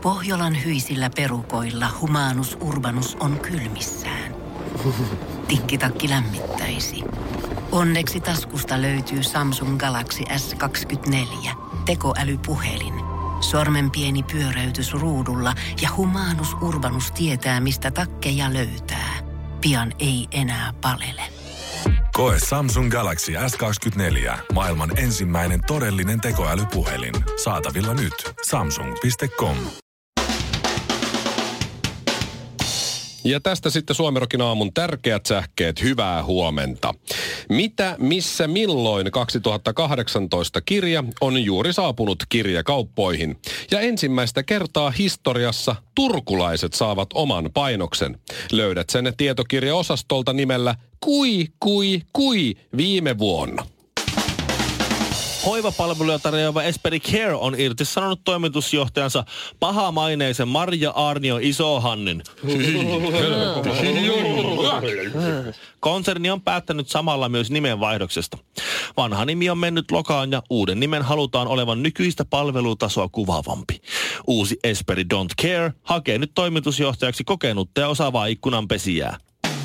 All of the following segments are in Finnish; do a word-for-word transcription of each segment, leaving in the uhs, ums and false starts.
Pohjolan hyisillä perukoilla Humanus Urbanus on kylmissään. Tikkitakki lämmittäisi. Onneksi taskusta löytyy Samsung Galaxy S kaksikymmentäneljä, tekoälypuhelin. Sormen pieni pyöräytys ruudulla ja Humanus Urbanus tietää, mistä takkeja löytää. Pian ei enää palele. Koe Samsung Galaxy S kaksikymmentäneljä, maailman ensimmäinen todellinen tekoälypuhelin. Saatavilla nyt. samsung piste com. Ja tästä sitten Suomirokin aamun tärkeät sähkeet. Hyvää huomenta. Mitä, missä, milloin kaksituhattakahdeksantoista kirja on juuri saapunut kirjakauppoihin. Ja ensimmäistä kertaa historiassa turkulaiset saavat oman painoksen. Löydät sen tietokirjaosastolta nimellä Kui, kui, kui viime vuonna. Hoivapalveluja tarjoava Esperi Care on irtisanonut toimitusjohtajansa pahamaineisen Marja Aarnio Isohannin. Konserni on päättänyt samalla myös nimenvaihdoksesta. Vanha nimi on mennyt lokaan ja uuden nimen halutaan olevan nykyistä palvelutasoa kuvaavampi. Uusi Esperi Don't Care hakee nyt toimitusjohtajaksi kokenutta ja osaavaa ikkunanpesijää.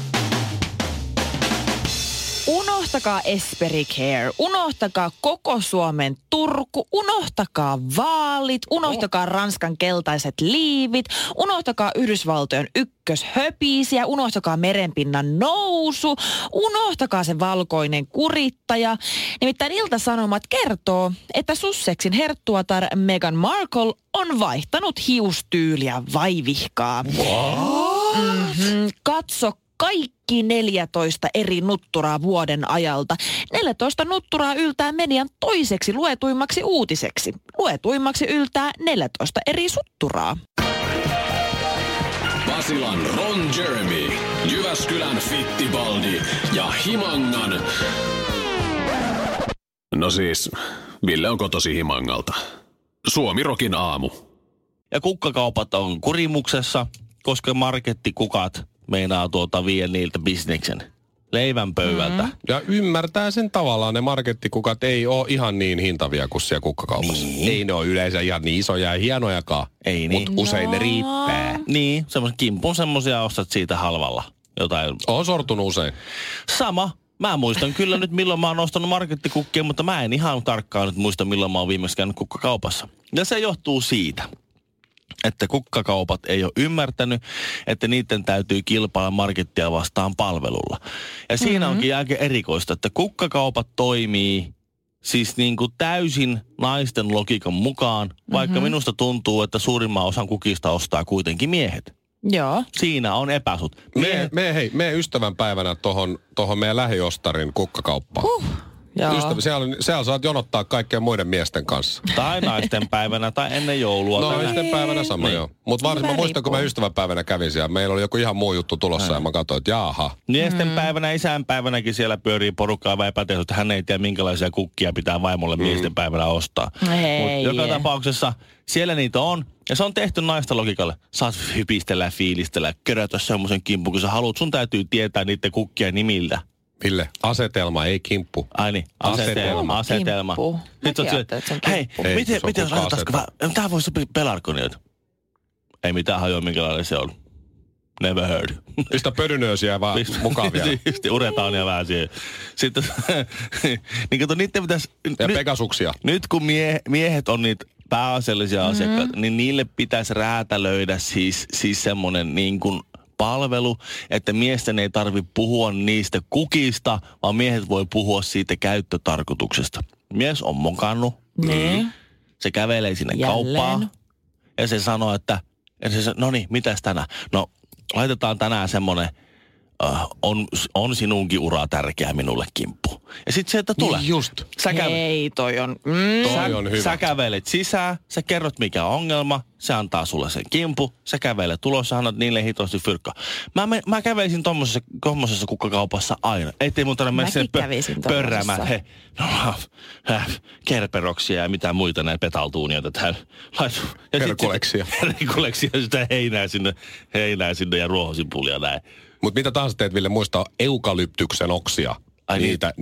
Unohtakaa Esperi Care, unohtakaa koko Suomen Turku, unohtakaa vaalit, unohtakaa Ranskan keltaiset liivit, unohtakaa Yhdysvaltojen ykköshöpisiä, unohtakaa merenpinnan nousu, unohtakaa se valkoinen kurittaja. Nimittäin Ilta-Sanomat kertoo, että Sussexin herttuatar Meghan Markle on vaihtanut hiustyyliä vaivihkaa. Mm-hmm. Katso kaikki neljätoista eri nutturaa vuoden ajalta. neljätoista nutturaa yltää median toiseksi luetuimmaksi uutiseksi. Luetuimmaksi yltää neljätoista eri sutturaa. Basilan Ron Jeremy, Jyväskylän Fittibaldi ja Himangan... No siis, Ville on kotosi Himangalta. Suomirokin aamu. Ja kukkakaupat on kurimuksessa, koska markettikukat meinaa tuota vie niiltä bisneksen leivän pöydältä. Mm-hmm. Ja ymmärtää sen tavallaan, ne markettikukat ei ole ihan niin hintavia kuin siellä kukkakaupassa. Niin. Ei ne ole yleensä ihan niin isoja ja hienojakaan, ei niin. Mutta usein no. ne riittää. Niin, semmoisen kimpun semmoisia ostat siitä halvalla. Jotain. Oon sortunut usein. Sama. Mä muistan kyllä nyt, milloin mä oon ostanut markettikukkia, mutta mä en ihan tarkkaan nyt muista, milloin mä oon viimeksi käynyt kukkakaupassa. Ja se johtuu siitä, että kukkakaupat ei ole ymmärtänyt, että niiden täytyy kilpailla markettia vastaan palvelulla. Ja siinä mm-hmm. onkin aika erikoista, että kukkakaupat toimii siis niin kuin täysin naisten logiikan mukaan, vaikka mm-hmm. minusta tuntuu, että suurimman osan kukista ostaa kuitenkin miehet. Joo. Siinä on epäsut. Me, me, hei, me ystävänpäivänä tohon, tohon meidän lähiostarin kukkakauppaan. Huh. Ystävä, siellä, siellä saat jonottaa kaikkien muiden miesten kanssa. Tai naisten päivänä tai ennen joulua. No naisten päivänä sama niin. joo. Mutta varsin mä muistan, kun mä ystävänpäivänä kävin siellä. Meillä oli joku ihan muu juttu tulossa Näin. ja mä katsoin, että jaaha. Miesten mm. päivänä, isän päivänäkin siellä pyörii porukkaa vai epätehdä, että hän ei tiedä minkälaisia kukkia pitää vaimolle mm. miesten päivänä ostaa. Mutta joka tapauksessa siellä niitä on. Ja se on tehty naista logikalle. Saat hypistellä, fiilistellä, kerätä semmoisen kimpun, kun sä haluat. Sun täytyy tietää niiden kukkien nimiltä. Ville, asetelma, ei kimppu. Ai niin, asetelma, asetelma. Kimppu. Nyt on se, hei, Ei, miten, se miten laitetaanko vähän, tää voisi sopia pelarkoniota. Ei mitään hajoa, minkälainen se on. Never heard. Pistä pödynöösiä vaan mukaan vielä. Just, uretaan ja vähän siihen. Sitten, niin kato, niiden pitäisi... Ja nyt, Pegasuksia. Nyt kun mie, miehet on niitä pääasiallisia mm-hmm. asiakkaita, niin niille pitäisi räätälöidä siis, siis semmoinen niin kuin palvelu, että miesten ei tarvitse puhua niistä kukista, vaan miehet voi puhua siitä käyttötarkoituksesta. Mies on mokannut. Nee. Se kävelee sinne Jälleen. kauppaan ja se sanoo, että no niin, mitäs tänään? No, laitetaan tänään semmoinen uh, on, on sinunkin ura tärkeä minulle kimppu. Ja sit sieltä tulee. Niin just. Sä käve- Hei, toi on... Mm. Toi sä, on hyvä. Sä kävelet sisään, sä kerrot mikä on ongelma, se antaa sulle sen kimpu, sä kävelet tulos, sä annat niille hitosti fyrkkaa. Mä, mä, mä kävelisin tommosessa, tommosessa kukkakaupassa aina. Ettei mun tarvitse mennä sen pö- pörräämään. He, no, äh, kerperoksia ja mitä muita näitä petaltuunioita tähän. Herkuleksia. Herkuleksia, sitä heinää sinne, heinää sinne ja ruohosipulia näin. Mutta mitä tahansa teet, Ville, muistaa eukalyptyksen oksia. Ai niitä, niin. niitä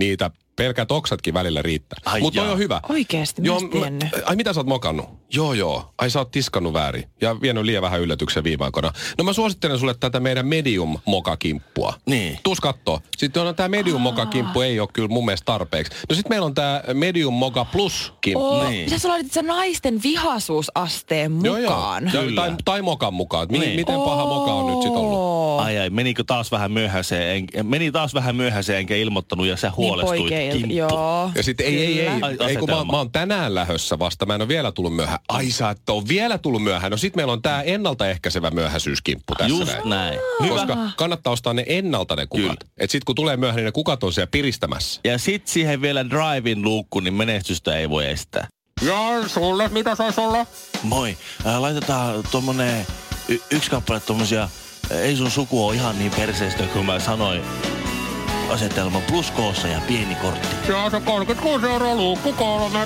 Pelkät oksatkin välillä riittää. Mutta toi on hyvä. Oikeesti, mä en tiennyt. Ai mitä sä oot mokannut? Joo joo. Ai sä oot tiskannut väärin. Ja vienyt liian vähän yllätyksen viime aikoina. No mä suosittelen sulle tätä meidän medium mokakimppua. Niin. Tuus kattoo. Sitten on tää medium mokakimppu ei ole kyllä mun mielestä tarpeeksi. No sit meillä on tää medium moka plus kimppu. Oh, niin. mitä sä laitit sen naisten vihaisuusasteen mukaan? Joo, joo. Tai, tai mokan mukaan. Mi- niin. Miten paha moka on nyt sit ollut? Ai ai, menikö taas vähän myöhäiseen? En, meni taas vähän myöhäiseen enkä ilmoittanut ja sä huolestuit. Niin kimppu. joo. Ja sitten ei, ei, ei, Ai, ei kun mä, mä oon tänään lähössä vasta, mä en ole vielä tullut myöhään. Ai sä et ole vielä tullut myöhään. No sit meillä on tää ennaltaehkäisevä myöhäisyyskimppu tässä. Just näin. näin. Hyvä. Koska kannattaa ostaa ne ennalta ne kukat. Et sit kun tulee myöhään, niin ne kukat on siellä piristämässä. Ja sit siihen vielä drive-in luukku, niin menestystä ei voi estää. Joo, sulle, mitä sais olla? Moi, äh, laitetaan tommonen y- yksi kappale tommosia, äh, ei sun suku ole ihan niin perseestä kuin mä sanoin. Asetelma plus koossa ja pieni kortti. Ja se kolmekymmentäkuusi euroa luukku kolme.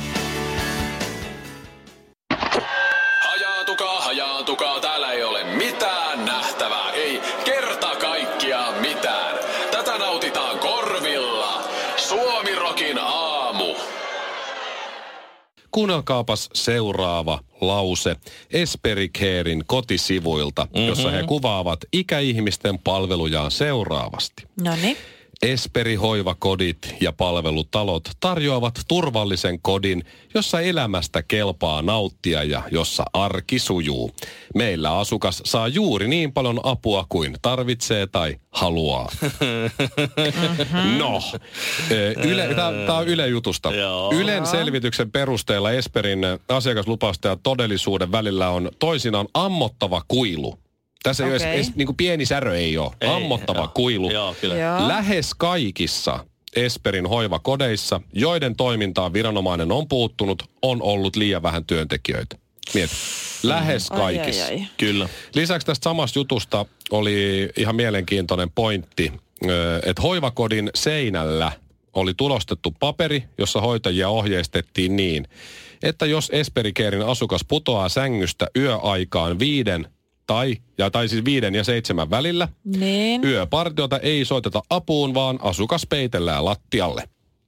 Hajaantukaa, hajaantukaa, täällä ei ole mitään nähtävää, ei kerta kaikkiaan mitään. Tätä nautitaan korvilla. Suomirokin aamu. Kuunnelkaapas seuraava lause Esperi Caren kotisivuilta, mm-hmm. jossa he kuvaavat ikäihmisten palvelujaan seuraavasti. Noniin. Esperi hoivakodit ja palvelutalot tarjoavat turvallisen kodin, jossa elämästä kelpaa nauttia ja jossa arki sujuu. Meillä asukas saa juuri niin paljon apua kuin tarvitsee tai haluaa. Mm-hmm. No, Yle, tämä on Yle Jutusta. Ylen selvityksen perusteella Esperin asiakaslupausta ja todellisuuden välillä on toisinaan ammottava kuilu. Tässä okay. ei ole edes, niin kuin pieni särö ei ole. Ei, ammottava joo. kuilu. Joo, kyllä. Joo. Lähes kaikissa Esperin hoivakodeissa, joiden toimintaan viranomainen on puuttunut, on ollut liian vähän työntekijöitä. Mieti. Lähes kaikissa. Ai, ai, ai. Kyllä. Lisäksi tästä samasta jutusta oli ihan mielenkiintoinen pointti, että hoivakodin seinällä oli tulostettu paperi, jossa hoitajia ohjeistettiin niin, että jos Esperi Caren asukas putoaa sängystä yöaikaan viiden Tai, ja, tai siis viiden ja seitsemän välillä. Niin. Yöpartiota ei soiteta apuun, vaan asukas peitellään lattialle.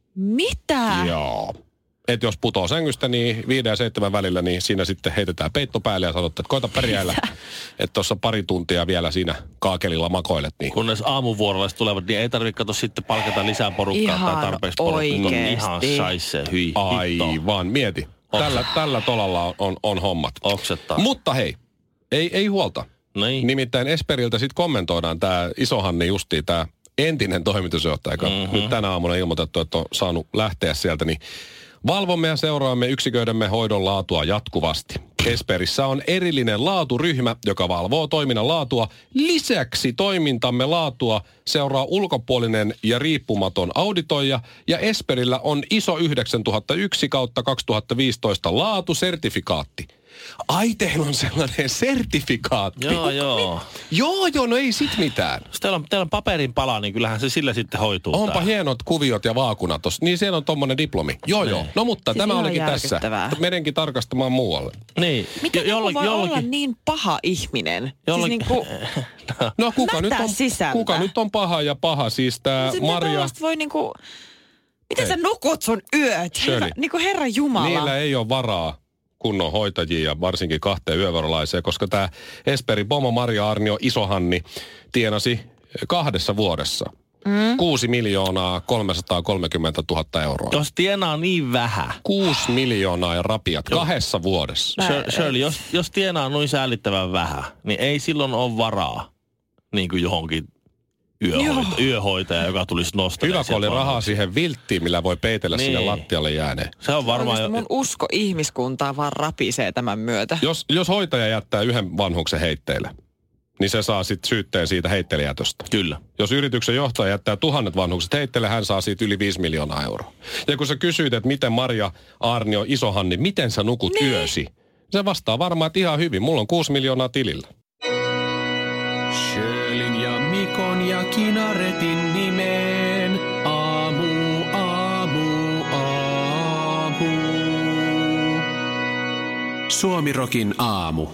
Mitä? Joo. Et jos putoo sängystä, niin viiden ja seitsemän välillä, niin siinä sitten heitetään peitto päälle ja sanotte, että koita pärjäillä. Että tuossa pari tuntia vielä siinä kaakelilla makoilet. Niin. Kunnes aamuvuorolla tulevat, niin ei tarvitse katsoa sitten palkata lisää porukkaa ihan tai tarpeeksi porukkaa. Oikeesti. Ihan shaisse, hyi. Aivan, mieti. Tällä, tällä tolalla on, on, on hommat. Oksettaa. Mutta hei, ei, ei huolta. Niin. Nimittäin Esperiltä sitten kommentoidaan tämä Isohanni justiin, tämä entinen toimitusjohtaja, joka mm-hmm. nyt tänä aamuna ilmoitettu, että on saanut lähteä sieltä, niin valvomme ja seuraamme yksiköidemme hoidon laatua jatkuvasti. Esperissä on erillinen laaturyhmä, joka valvoo toiminnan laatua. Lisäksi toimintamme laatua seuraa ulkopuolinen ja riippumaton auditoija, ja Esperillä on ISO yhdeksäntuhattayksi kautta kaksituhattaviisitoista laatusertifikaatti. Ai, teillä on sellainen sertifikaatti. Joo, joo. Joo, joo, no ei sit mitään. Jos teillä on, teillä on paperin pala, niin kyllähän se sillä sitten hoituu. Onpa tää. hienot kuviot ja vaakunat tossa. Niin siellä on tommonen diplomi. Joo, niin. joo. No mutta siis tämä olikin tässä. Meidänkin tarkastamaan muualle. Niin. Miten jo, jollakin, voi jollakin... olla niin paha ihminen? Jollakin... Siis niinku... No kuka nyt, on, sisältä. kuka nyt on paha ja paha? Siis tää Sitten Maria... voi niinku... Miten Ei. sä nukut sun yöt? Herra, niinku Herra Jumala. Niillä ei ole varaa kunnon hoitajia ja varsinkin kahteen yövuorolaiseen, koska tämä Esperi pomo Maria Arnio Isohanni tienasi kahdessa vuodessa mm. kuusi miljoonaa kolmesataakolmekymmentätuhatta euroa. Jos tienaa niin vähän. Kuusi miljoonaa ja rapiat Joo. kahdessa vuodessa. Shir- Shirley, jos, jos tienaa noin säällittävän vähän, niin ei silloin ole varaa niin kuin johonkin yöhoita, yöhoitaja, joka tulisi nostaa. Hyvä, kun oli rahaa siihen vilttiin, millä voi peitellä niin. sinne lattialle jääneen. Se on varmaan... Jo... Mun usko ihmiskuntaa vaan rapisee tämän myötä. Jos, jos hoitaja jättää yhden vanhuksen heitteille, niin se saa sitten syytteen siitä heittelijätöstä. Kyllä. Jos yrityksen johtaja jättää tuhannet vanhukset heitteille, hän saa siitä yli viisi miljoonaa euroa. Ja kun sä kysyit, että miten Maria Arnio Isohanni, miten sä nukut niin. yösi? Se vastaa varmaan, että ihan hyvin. Mulla on kuusi miljoonaa tilillä. Sjölin ja Mikon ja Kinaretin nimeen. Aamu, aamu, aamu. Suomirokin aamu.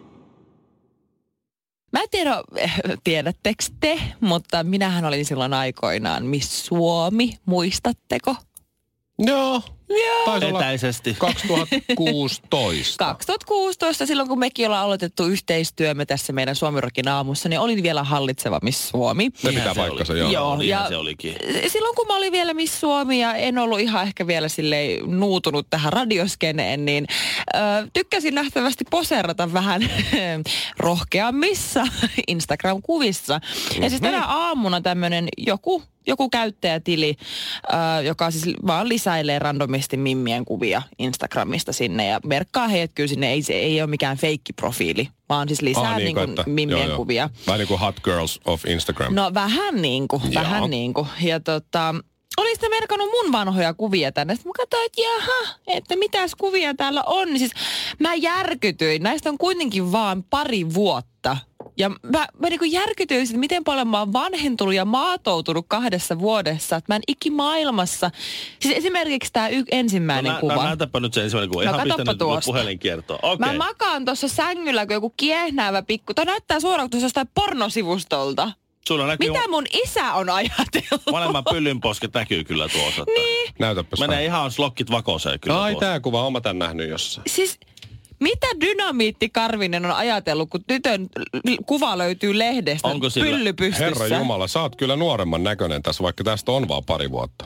Mä en tiedä, tiedättekö te, mutta minähän olin silloin aikoinaan Miss Suomi, muistatteko? Joo. Joo. Taisi olla Etäisesti. kaksituhattakuusitoista. kaksituhattakuusitoista, silloin kun mekin ollaan aloitettu yhteistyömme tässä meidän Suomi-rokin aamussa, niin olin vielä hallitseva Miss Suomi. Se pitää paikkansa, joo. Joo, ja ja se olikin. silloin kun mä olin vielä Miss Suomi ja en ollut ihan ehkä vielä silleen nuutunut tähän radioskeneen, niin ö, tykkäsin nähtävästi poseerata vähän rohkeammissa Instagram-kuvissa. Ja siis tänä aamuna tämmönen joku joku käyttäjätili, äh, joka siis vaan lisäilee randomisti mimmien kuvia Instagramista sinne ja merkkaa heidät kyllä sinne. Ei, se ei ole mikään feikkiprofiili, vaan siis lisää ah, niin, niin kuin, että, mimmien joo, kuvia. Joo. Vähän niin kuin Hot Girls of Instagram. No vähän niin kuin, vähän niin kuin. Ja tota, oli sitten merkannut mun vanhoja kuvia tänne. Sitten mä katsoin, että jaha, että mitäs kuvia täällä on. Niin siis mä järkytyin. Näistä on kuitenkin vaan pari vuotta. Ja mä, mä niin kuin järkytyin, että miten paljon mä oon vanhentunut ja maatoutunut kahdessa vuodessa. Että mä en ikimaailmassa. Siis esimerkiksi tää y- ensimmäinen no, kuva. No näytäpä nyt se ensimmäinen kuva. No, ihan pistä nyt puhelinkiertoa. Okay. Mä makaan tuossa sängyllä kuin joku kiehnäävä pikku. Toi näyttää suoraan tuossa jostain pornosivustolta. Näkyy, mitä mun isä on ajatellut? Molemmat pyllynposket näkyy kyllä tuossa. Niin. Näytäpäs. Menee ihan slokkit vakoseen kyllä. Ai tuossa. tää kuva, oon mä tän nähnyt jossain. Siis mitä Dynamiitti Karvinen on ajatellut, kun tytön kuva löytyy lehdestä? Onko sillä? Pylly pystyssä? Herra Jumala, sä oot kyllä nuoremman näköinen tässä, vaikka tästä on vaan pari vuotta.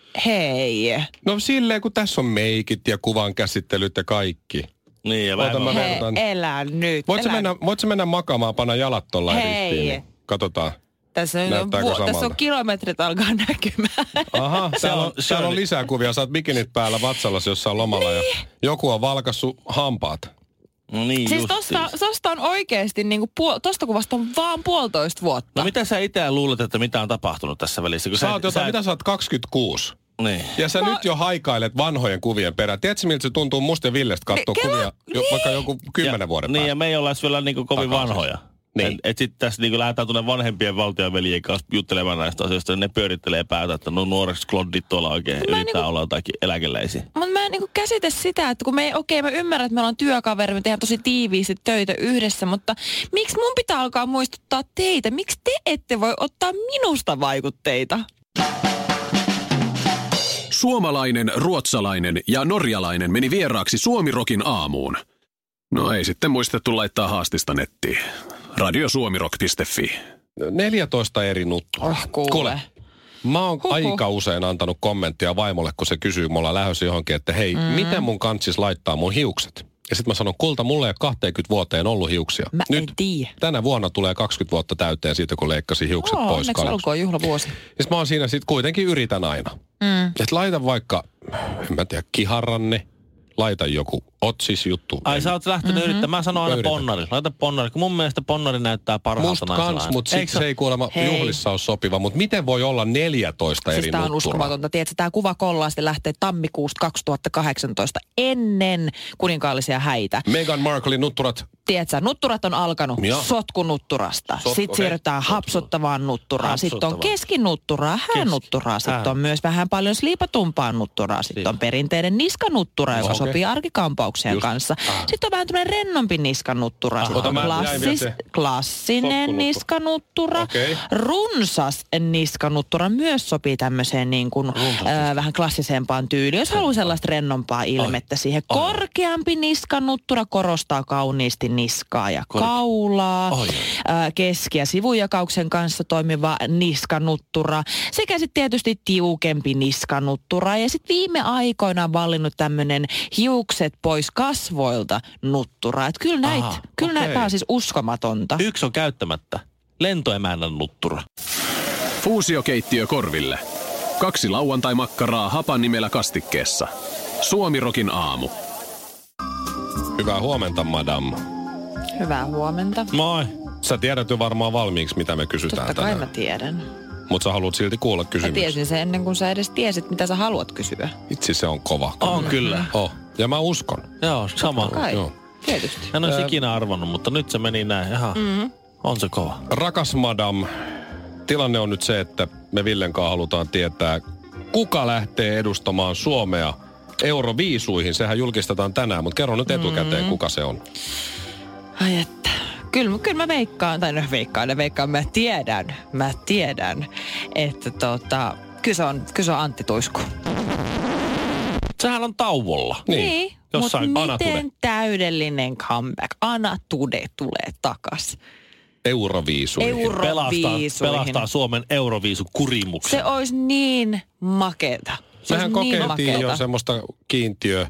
Hei. No silleen, kun tässä on meikit ja kuvan käsittelyt ja kaikki. Niin, ja Oota, mä Hei, vertaan. elä nyt. Voit sä elä. mennä, voit sä mennä makaamaan, panna jalat tolla Hei. ristiin, niin katsotaan. Tässä on, Näyttääkö vu- tässä samalta? on kilometrit alkaa näkymään. Aha, täällä on, täällä on lisää kuvia. Sä oot bikinit päällä vatsallasi jossain lomalla niin. Ja joku on valkassut hampaat. No niin, siis tosta, tosta on oikeesti, niinku puol- tosta kuvasta on vaan puolitoista vuotta. No mitä sä itse luulet, että mitä on tapahtunut tässä välissä? Kun Sä, sä, oot jotain, sä, mitä sä oot kaksikymmentäkuusi? Niin. Ja sä Mä... nyt jo haikailet vanhojen kuvien perään. Tiedätkö, miltä se tuntuu musta ja Villestä katsoa Niin, kuvia kela- jo, niin. vaikka joku kymmenen vuoden Niin, päästä? ja me ei olla vielä niinku kovin Takaisin. vanhoja. Niin. Et, et sitten tässä niinku lähdetään tuonne vanhempien valtionveljien kanssa juttelemaan näistä asioista. Ja ne pyörittelee päätä, että no nuoreksi kloddit tuolla oikein Mä yrittää niinku... olla jotakin eläkeläisiä. Mutta mä en niinku käsitä sitä, että kun me, okei, okay, mä ymmärrän, että meillä on työkaveri, me tehdään tosi tiiviisti töitä yhdessä, mutta miksi mun pitää alkaa muistuttaa teitä? Miksi te ette voi ottaa minusta vaikutteita? Suomalainen, ruotsalainen ja norjalainen meni vieraaksi Suomi-rokin aamuun. No ei sitten muistettu laittaa haastista nettiin. radiosuomirock piste fi. neljätoista eri nuttua. Oh, kuule. Kuule. Mä oon Huhhuh. aika usein antanut kommenttia vaimolle, kun se kysyy, kun me ollaan lähdössä johonkin, että hei, mm-hmm. miten mun kantsis laittaa mun hiukset? Ja sit mä sanon, kulta, mulla ei ole kaksikymmentä vuoteen ollut hiuksia. Mä Nyt en tiedä. tänä vuonna tulee kaksikymmentä vuotta täyteen siitä, kun leikkasin hiukset Oo, pois onneksi kaljusta. olkoon juhlavuosi. Ja sit mä oon siinä sit kuitenkin yritän aina. Mm. Että laita vaikka, en mä tiedä, kiharranne, laita joku otsisjuttu. Ai sä oot lähtenyt mm-hmm. yrittämään. Mä sanon aina Yritän. ponnari. Laita ponnari, kun mun mielestä ponnari näyttää parhaalta Musta naisella kans, aina. mutta sit Eikö se ei kuulemma Hei. juhlissa ole sopiva. Mutta miten voi olla neljätoista Siis eri tää on nutturaa? uskomatonta. Tiedätkö, tää kuva kollaasti lähtee tammikuusta kaksituhattakahdeksantoista ennen kuninkaallisia häitä. Meghan Marklein nutturat. Tiedätkö, nutturat on alkanut Joo. sotkunutturasta. Sot- Sitten okei. siirrytään hapsuttavaan nutturaan. Sitten on Hapsuttavaan. keskinutturaa, häänutturaa. Sitten Hää. on myös vähän paljon sliipatumpaa nutturaa. Sitten on perinteinen niskanuttura, joka Okei. sopii arkikampauksien Just. kanssa. Sitten on vähän tämmöinen rennompi niskanuttura. Sitten Ota, on mä jäin vielä klassis, se klassinen sotkunuttura. niskanuttura. Okei. Runsas niskanuttura myös sopii tämmöiseen niin kuin, äh, vähän klassisempaan tyyliin. Jos haluaa sellaista rennompaa ilmettä siihen. Korkeampi niskanuttura korostaa kauniisti niskaa ja kaulaa. Oi. Äh, keski- ja sivujakauksen kanssa toimiva niskanuttura. Sekä sitten tietysti tiukempi niskanuttura. Ja sitten viime aikoina on vallinnut tämmöinen hiukset pois kasvoilta nuttura. Että kyllä näitä, Aha, kyllä okei. näitä, tää on siis uskomatonta. Yksi on käyttämättä. Lentoemännän nuttura. Fuusiokeittiö korville. Kaksi lauantai-makkaraa hapan nimellä kastikkeessa. Suomi-rokin aamu. Hyvää huomenta, madam. Hyvää huomenta. Moi. Sä tiedät jo varmaan valmiiksi, mitä me kysytään Totta kai tänään. mä tiedän. Mutta sä haluat silti kuulla Mä kysymyksen. tiesin sen ennen kuin sä edes tiesit, mitä sä haluat kysyä. Itse se on kova. On kyllä. Oh. Ja mä uskon. Joo, sama. Kai, Joo. tietysti. En olisi ikinä arvannut, mutta nyt se meni näin. Jaha. Mm-hmm. On se kova. Rakas madam, tilanne on nyt se, että me Villen kanssa halutaan tietää, kuka lähtee edustamaan Suomea Euroviisuihin. Sehän julkistetaan tänään, mutta kerro nyt etukäteen, kuka se on. Ai että. Kyllä, kyllä mä veikkaan, tai no veikkaan ja veikkaan, mä tiedän, mä tiedän, että tota, kyllä se on, kyllä se on Antti Tuisku. Sehän on tauolla. Niin, mutta Anatude. miten täydellinen comeback? Anatude tulee takas. Euroviisuihin. Euroviisuihin. Pelastaa, pelastaa Suomen Euroviisu kurimuksen. Se olisi niin makeeta. Se Mehän olisi niin kokeiltiin makeeta. jo semmoista kiintiö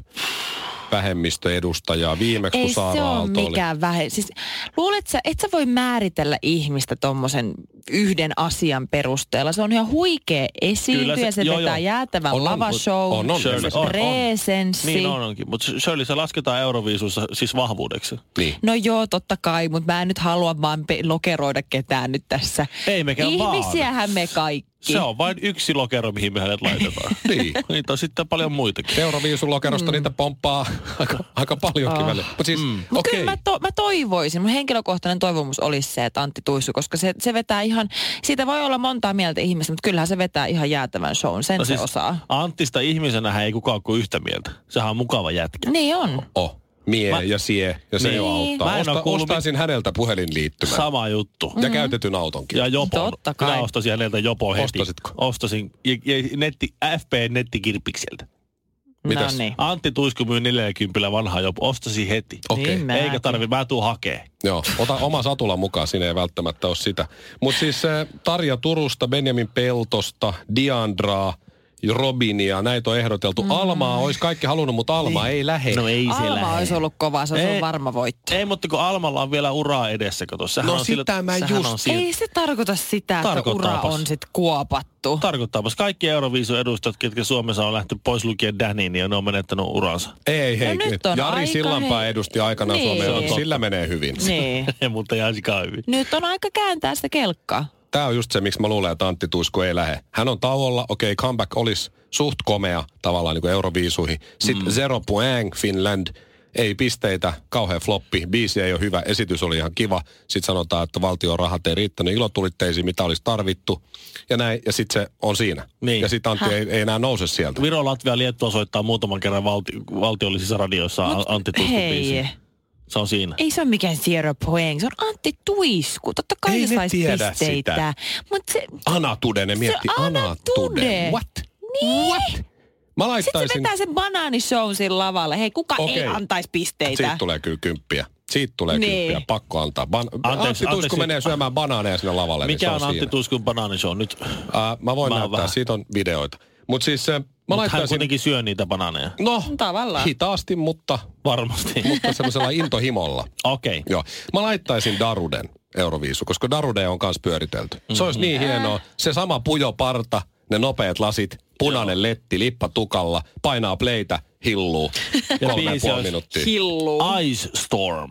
vähemmistöedustajaa viimeksi, Ei kun Saara se ole Aalto oli. mikään vähe. Siis, luulet sä, et sä voi määritellä ihmistä tommosen yhden asian perusteella. Se on ihan huikea esiintyjä, Kyllä se, se- se joo, vetää joo. jäätävän On, on, lavashow, on, on, Shirley, on, on. presenssi. Niin on onkin, mutta Shirley, se lasketaan Euroviisussa siis vahvuudeksi. Niin. No joo, totta kai, mutta mä en nyt halua vaan pe- lokeroida ketään nyt tässä. Ei mekään vaan. Ihmisiähän me kaikki. Se on vain yksi lokero, mihin me hänet laitetaan. Niin. Niitä on sitten paljon muitakin. Euroviisulokerosta mm. niitä pomppaa aika, aika paljonkin Oh. välillä. Mutta siis, Mm. Mut okei. kyllä mä, to, mä toivoisin, mun henkilökohtainen toivomus olisi se, että Antti Tuissu, koska se, se vetää ihan, siitä voi olla montaa mieltä ihmistä, mutta kyllähän se vetää ihan jäätävän shown, sen No se siis osaa. Anttista ihmisenä ei kukaan ole yhtä mieltä. Sehän on mukava jätkä. Niin on. Oh, mie Mä- ja sie ja se Niin. jo auttaa. Mä en oo Osta, kuullut ostaisin häneltä puhelinliittymän. Sama juttu. Ja käytetyn autonkin. Ja Jopon. Totta kai. Minä ostasin häneltä Jopon heti. Ostasitko? Ostasin. Ja, ja netti, F P nettikirpikseltä. Mitäs? No niin. Antti Tuisku myy neljäkymmentä vanhaa Jopo. Ostasin heti. Okei. Niin mäkin. Eikä tarvi, mä tuun hakee. Joo, ota oma satula mukaan, siinä ei välttämättä ole sitä. Mutta siis äh, Tarja Turusta, Benjamin Peltosta, Diandraa, Robinia, näitä on ehdoteltu. Mm. Almaa olisi kaikki halunnut, mutta Alma ei lähde. No ei se Alma lähde. olisi ollut kova, se olisi Ei. ollut varma voitto. Ei, mutta kun Almalla on vielä uraa edessä, kato. Sehän No on sitä mä sehän just- on sillä- Ei se tarkoita sitä, että ura Tarkoittaapas. on sit kuopattu. Tarkoittaapas kaikki Euroviisun edustajat, ketkä Suomessa on lähty pois lukien Danny, niin ne on menettänyt uransa. Ei, hei. No nyt on Jari aika Sillanpää hei. edusti aikanaan Niin. Suomea, Se on mutta totta. sillä menee hyvin. Niin. Mutta ihan sikaa hyvin. Nyt on aika kääntää sitä kelkkaa. Tämä on just se, miksi mä luulen, että Antti Tuisku ei lähde. Hän on tauolla, okei, okay, comeback olisi suht komea tavallaan niin kuin Euroviisuihin. Sitten mm. Zero Point Finland, ei pisteitä, kauhean floppi, biisi ei ole hyvä, esitys oli ihan kiva. Sitten sanotaan, että valtion rahat ei riittänyt ilotulitteisiin, mitä olisi tarvittu. Ja näin, ja sitten se on siinä. Niin. Ja sitten Antti ei, ei enää nouse sieltä. Viro, Latvia, Liettua soittaa muutaman kerran valti- valtiollisissa radioissa Mut Antti Tuisku hei. biisi. Se on siinä. Ei se ole mikään Zero Point, se on Antti Tuisku. Totta kai Ei se ne saisi tiedä pisteitä. sitä. Mutta se, Anatude, ne mietti Se Anatude. Anatude. What? Niin. What? Mä sitten se laittaisin... vetää sen banaanishown siinä lavalla. Hei, kuka Okei. ei antaisi pisteitä? Siitä tulee kyllä kymppiä. Siitä tulee Niin. kymppiä. Pakko antaa. Ban- Anteeksi, Antti Tuisku anteeksi. menee syömään banaaneja sinne lavalle. Mikä niin on se Antti siinä. Tuiskun banaanishow nyt? Uh, mä voin Mä oon näyttää, vähän. siitä on videoita. Mutta siis äh, mä Mut hän laittaisin... kuitenkin syö niitä banaaneja. No, Tavallaan. hitaasti, mutta, Varmasti. mutta semmoisella intohimolla. Okei. Okay. Joo. Mä laittaisin Daruden Euroviisu, koska Darude on kanssa pyöritelty. Mm-hmm. Se olisi niin hienoa. Se sama pujoparta, ne nopeat lasit, punainen letti, lippa tukalla, painaa playtä, hilluu. Kolme ja biisi puoli olisi minuuttia. Hillu. Ice Storm.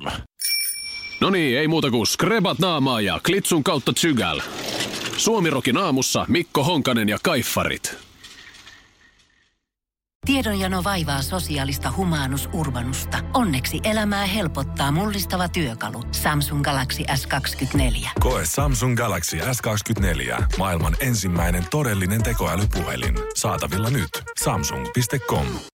No niin, ei muuta kuin skrebat naamaa ja klitsun kautta tsygäl. Suomirokin aamussa Mikko Honkanen ja Kaiffarit. Tiedonjano vaivaa sosiaalista humanus urbanusta. Onneksi elämää helpottaa mullistava työkalu. Samsung Galaxy S kaksikymmentäneljä. Koe Samsung Galaxy S kaksikymmentäneljä. Maailman ensimmäinen todellinen tekoälypuhelin. Saatavilla nyt. Samsung piste com.